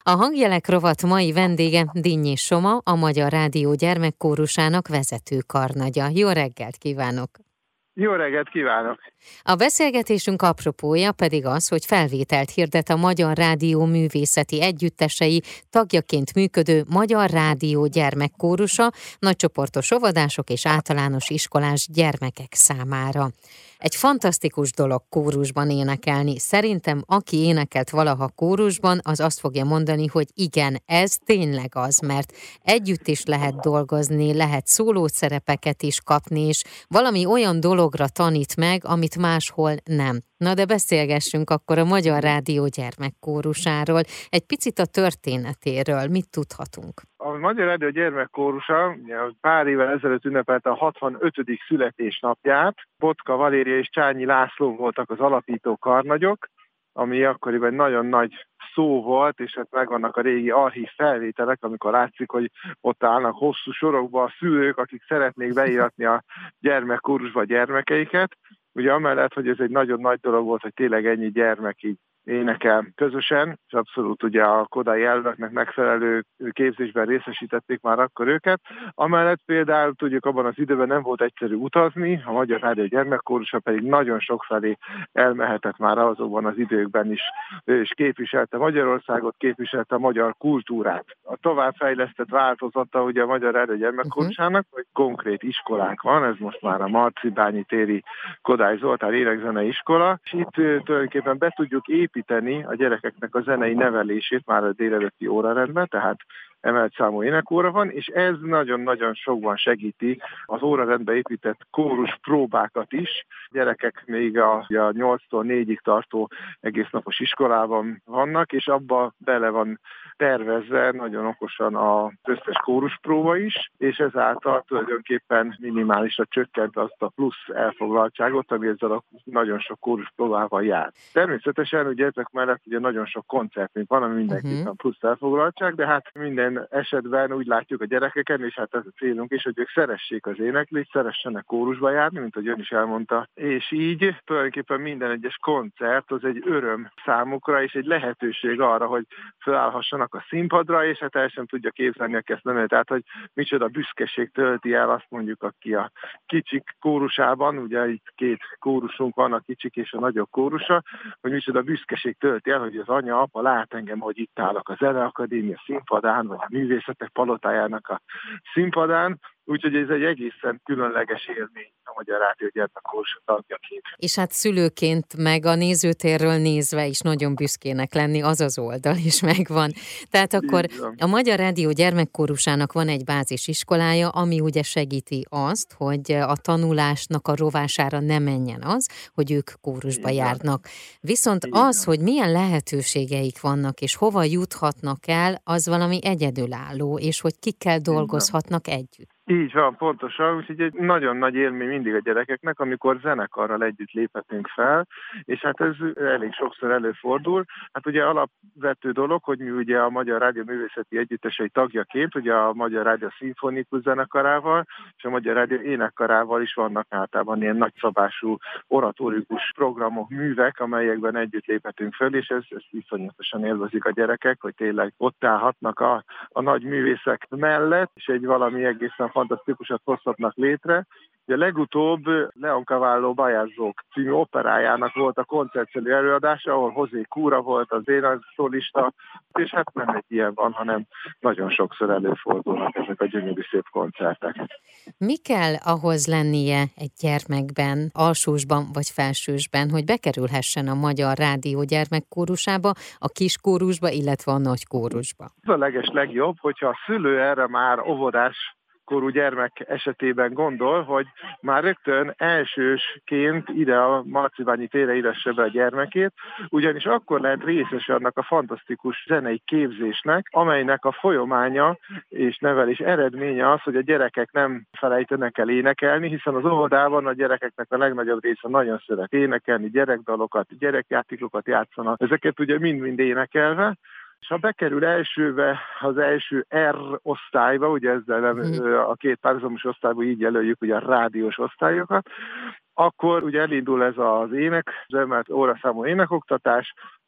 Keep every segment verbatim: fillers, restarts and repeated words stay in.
A Hangjelek rovat mai vendége Dinnyi Soma, a Magyar Rádió gyermekkórusának vezető karnagya. Jó reggelt kívánok! Jó reggelt kívánok! A beszélgetésünk apropója pedig az, hogy felvételt hirdet a Magyar Rádió művészeti együttesei tagjaként működő Magyar Rádió gyermekkórusa nagycsoportos óvodások és általános iskolás gyermekek számára. Egy fantasztikus dolog kórusban énekelni. Szerintem, aki énekelt valaha kórusban, az azt fogja mondani, hogy igen, ez tényleg az, mert együtt is lehet dolgozni, lehet szólószerepeket is kapni, és valami olyan dologra tanít meg, amit máshol nem. Na de beszélgessünk akkor a Magyar Rádió gyermekkórusáról, egy picit a történetéről. Mit tudhatunk? A Magyar Rádió gyermekkórusa pár évvel ezelőtt ünnepelte a hatvanötödik születésnapját. Botka Valéria és Csányi László voltak az alapító karnagyok, ami akkoriban nagyon nagy szó volt, és hát megvannak a régi archív felvételek, amikor látszik, hogy ott állnak hosszú sorokba a szülők, akik szeretnék beíratni a gyermekkórusba a gyermekeiket. Ugye amellett, hogy ez egy nagyon nagy dolog volt, hogy tényleg ennyi gyermek így énekel közösen, és abszolút ugye a kodai elveknek megfelelő képzésben részesítették már akkor őket. Amellett például tudjuk, abban az időben nem volt egyszerű utazni, a Magyar Rádió gyermekkórusa pedig nagyon sokfelé elmehetett már azokban az időkben is, és képviselte Magyarországot, képviselte a magyar kultúrát. A továbbfejlesztett változata ugye a Magyar Rádió gyermekkórusának, hogy konkrét iskolák van, ez most már a Marcibányi téri Kodály Zoltán énekzenei iskola, és itt tulajdonképpen be tudjuk építeni a gyerekeknek a zenei nevelését már a délelőtti órarendben, tehát emelt számú énekóra van, és ez nagyon-nagyon sokban segíti az órarendbe épített kórus próbákat is. A gyerekek még a, a nyolctól négyig tartó egésznapos iskolában vannak, és abba bele van tervezve nagyon okosan az összes kóruspróba is, és ezáltal tulajdonképpen minimálisra csökkent azt a plusz elfoglaltságot, ami ezzel a nagyon sok kóruspróbával jár. Természetesen ugye ezek mellett ugye nagyon sok koncertünk van, ami mindenképpen uh-huh. plusz elfoglaltság, de hát minden esetben úgy látjuk a gyerekeken, és hát ez a célunk is, hogy ők szeressék az éneklést, szeressenek kórusba járni, mint ahogy ön is elmondta. És így tulajdonképpen minden egyes koncert az egy öröm számukra, és egy lehetőség arra, hogy felállhassanak a színpadra, és hát el sem tudja képzelni a kezdemet. Tehát, hogy micsoda büszkeség tölti el, azt mondjuk, aki a kicsik kórusában, ugye itt két kórusunk van, a kicsik és a nagyobb kórusa, hogy micsoda büszkeség tölti el, hogy az anya, apa lát engem, hogy itt állok a Zeneakadémia színpadán, vagy a Művészetek Palotájának a színpadán, úgyhogy ez egy egészen különleges élmény a Magyar Rádió gyermekkórusa tagjaként. És hát szülőként meg a nézőtérről nézve is nagyon büszkének lenni, az az oldal is megvan. Tehát akkor a Magyar Rádió gyermekkórusának van egy bázisiskolája, ami ugye segíti azt, hogy a tanulásnak a rovására ne menjen az, hogy ők kórusba járnak. Viszont Igen. az, hogy milyen lehetőségeik vannak, és hova juthatnak el, az valami egyedülálló, és hogy kikkel dolgozhatnak együtt. Így van, pontosan, úgyhogy egy nagyon nagy élmény mindig a gyerekeknek, amikor zenekarral együtt léphetünk fel, és hát ez elég sokszor előfordul. Hát ugye alapvető dolog, hogy mi ugye a Magyar Rádió művészeti együttesei tagjaként, ugye a Magyar Rádió szimfonikus zenekarával, és a Magyar Rádió énekkarával is vannak általában ilyen nagyszabású oratórikus programok, művek, amelyekben együtt léphetünk fel, és ez, ez iszonyatosan élvezik a gyerekek, hogy tényleg ott állhatnak a, a nagy művészek mellett, és egy valami egészen fantasztikusat hozhatnak létre. Ugye legutóbb Leoncavallo Bajazók című operájának volt a koncertszerű előadása, ahol José Cura volt az énekszólista, és hát nem egy ilyen van, hanem nagyon sokszor előfordulnak ezek a gyönyörű szép koncertek. Mi kell ahhoz lennie egy gyermekben, alsósban vagy felsősben, hogy bekerülhessen a Magyar Rádió gyermekkórusába, a kiskórusba, illetve a nagykórusba? Ez a leges legjobb, hogyha a szülő erre már óvodás korú gyermek esetében gondol, hogy már rögtön elsősként ide a Marcibányi térre írassa be a gyermekét, ugyanis akkor lehet részes annak a fantasztikus zenei képzésnek, amelynek a folyamánya és nevelés eredménye az, hogy a gyerekek nem felejtenek el énekelni, hiszen az óvodában a gyerekeknek a legnagyobb része nagyon szeret énekelni, gyerekdalokat, gyerekjátékokat játszanak, ezeket ugye mind-mind énekelve, és ha bekerül elsőbe, az első R osztályba, ugye ezzel a két párhuzamos osztályban így jelöljük ugye a rádiós osztályokat, akkor ugye elindul ez az ének, az emelt óraszámú énekoktatás,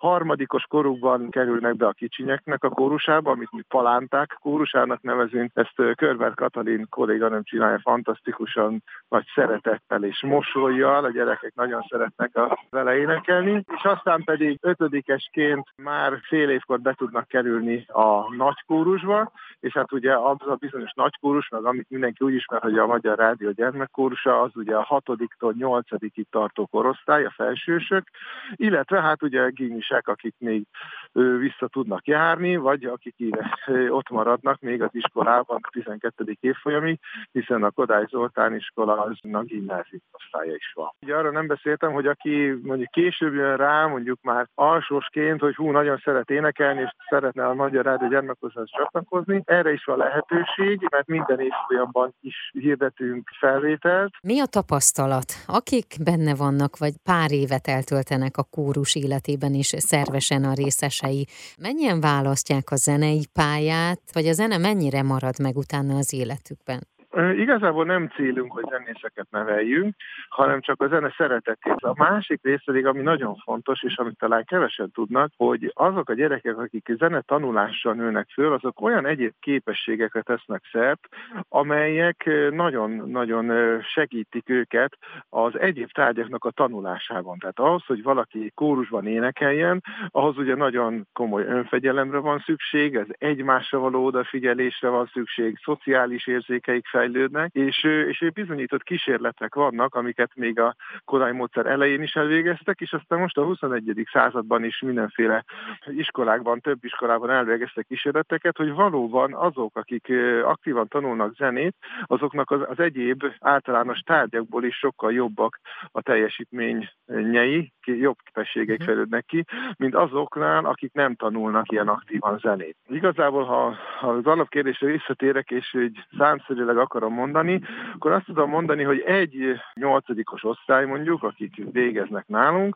harmadikos korukban kerülnek be a kicsinyeknek a kórusába, amit mi palánták kórusának nevezünk. Ezt Körber Katalin kolléganőm csinálja fantasztikusan, nagy szeretettel és mosollyal, a gyerekek nagyon szeretnek a vele énekelni, és aztán pedig ötödikesként már fél évkor be tudnak kerülni a nagykórusba, és hát ugye az a bizonyos nagykórus, meg amit mindenki úgy ismer, hogy a Magyar Rádió gyermekkórusa, az ugye a hatodiktól nyolcadikig tartó korosztály, a felsősök, illetve hát ugye gimisek, akik még vissza tudnak járni, vagy akik ide ott maradnak még az iskolában a tizenkettedik évfolyamig, hiszen a Kodály Zoltán iskola az a gimnázium osztálya is van. Ugye arra nem beszéltem, hogy aki mondjuk később jön rá, mondjuk már alsósként, hogy hú, nagyon szeret énekelni, és szeretne a Magyar Rádió gyermekkórushoz csatlakozni, erre is van lehetőség, mert minden évfolyamban is hirdetünk felvételt. Mi a tapasztalat? Akik benne vannak, vagy pár évet eltöltenek a kórus életében is szervesen a részesei, mennyien választják a zenei pályát, vagy a zene mennyire marad meg utána az életükben? Igazából nem célunk, hogy zenészeket neveljünk, hanem csak a zene szeretetét. A másik rész pedig, ami nagyon fontos, és amit talán kevesen tudnak, hogy azok a gyerekek, akik zene tanulással nőnek föl, azok olyan egyéb képességekre tesznek szert, amelyek nagyon-nagyon segítik őket az egyéb tárgyaknak a tanulásában. Tehát ahhoz, hogy valaki kórusban énekeljen, ahhoz ugye nagyon komoly önfegyelemre van szükség, ez egymásra való odafigyelésre van szükség, szociális érzékeik fejlődnek, és, és bizonyított kísérletek vannak, amiket még a kodály módszer elején is elvégeztek, és aztán most a huszonegyedik században is mindenféle iskolákban, több iskolában elvégeztek kísérleteket, hogy valóban azok, akik aktívan tanulnak zenét, azoknak az, az egyéb általános tárgyakból is sokkal jobbak a teljesítményei, jobb képességek fejlődnek ki, mint azoknál, akik nem tanulnak ilyen aktívan zenét. Igazából, ha, ha az alapkérdésre visszatérek, és így számszerűleg akarom mondani, akkor azt tudom mondani, hogy egy nyolcadikos osztály mondjuk, akik végeznek nálunk,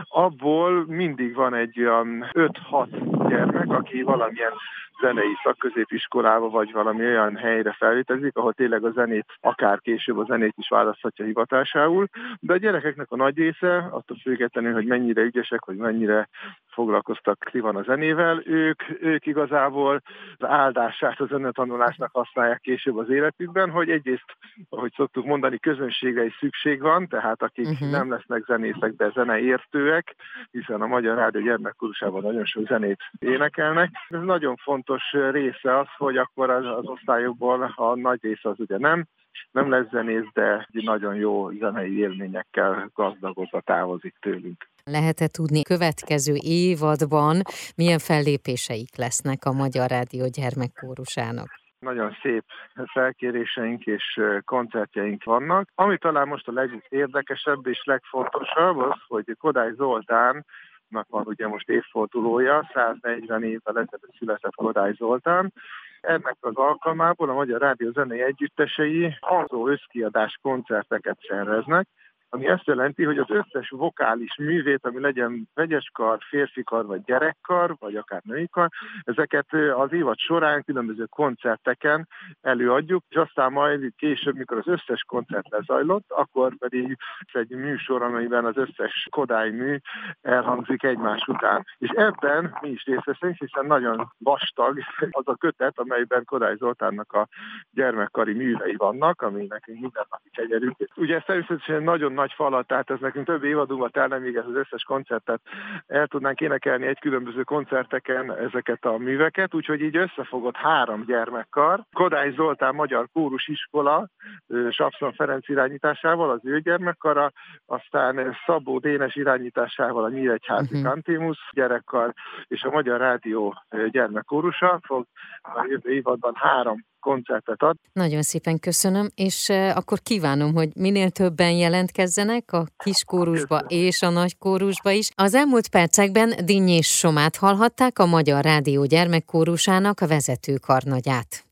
abból mindig van egy olyan öt-hat gyermek, aki valamilyen zenei szakközépiskolába, vagy valami olyan helyre felvétezik, ahol tényleg a zenét, akár később a zenét is választhatja hivatásául, de a gyerekeknek a nagy része, attól függetlenül, hogy mennyire ügyesek, hogy mennyire foglalkoztak van a zenével, ők, ők igazából az áldását a zenetanulásnak használják később az életükben, hogy egyrészt, ahogy szoktuk mondani, közönségre is szükség van, tehát akik uh-huh. nem lesznek zenészek, de zeneértőek, hiszen a Magyar Rádió gyermekkórusában nagyon sok zenét énekelnek. Ez nagyon fontos része az, hogy akkor az, az osztályokból a nagy része az ugye nem, nem lesz zenész, de nagyon jó zenei élményekkel gazdagodva távozik tőlünk. Lehet-e tudni következő évadban milyen fellépéseik lesznek a Magyar Rádió gyermekkórusának? Nagyon szép felkéréseink és koncertjeink vannak. Ami talán most a legérdekesebb és legfontosabb az, hogy Kodály Zoltánnak van ugye most évfordulója, száznegyven évvel ezelőtt született Kodály Zoltán. Ennek az alkalmából a Magyar Rádió zenei együttesei hazó összkiadás koncerteket szerveznek, ami azt jelenti, hogy az összes vokális művét, ami legyen vegyeskar, férfikar, vagy gyerekkar, vagy akár nőikar, ezeket az évad során különböző koncerteken előadjuk, és aztán majd később, mikor az összes koncert lezajlott, akkor pedig egy műsor, amelyben az összes Kodály mű elhangzik egymás után. És ebben mi is részt veszünk, hiszen nagyon vastag az a kötet, amelyben Kodály Zoltánnak a gyermekkari művei vannak, ami nekünk minden napi kegyerünk. Ugye ez természetesen nagyon nagy falat, tehát ez nekünk több évadunkba telne, még ez az összes koncertet el tudnánk énekelni egy különböző koncerteken ezeket a műveket, úgyhogy így összefogott három gyermekkar. Kodály Zoltán Magyar Kórus Iskola, Sapszon Ferenc irányításával az ő gyermekkara, aztán Szabó Dénes irányításával a Nyíregyházi uh-huh. Kantémusz gyerekkar, és a Magyar Rádió gyermekkórusa fog a jövő évadban három koncertet ad. Nagyon szépen köszönöm, és akkor kívánom, hogy minél többen jelentkezzenek a kiskórusba és a nagykórusba is. Az elmúlt percekben Dinnyés Somát hallhatták, a Magyar Rádió gyermekkórusának vezető karnagyát.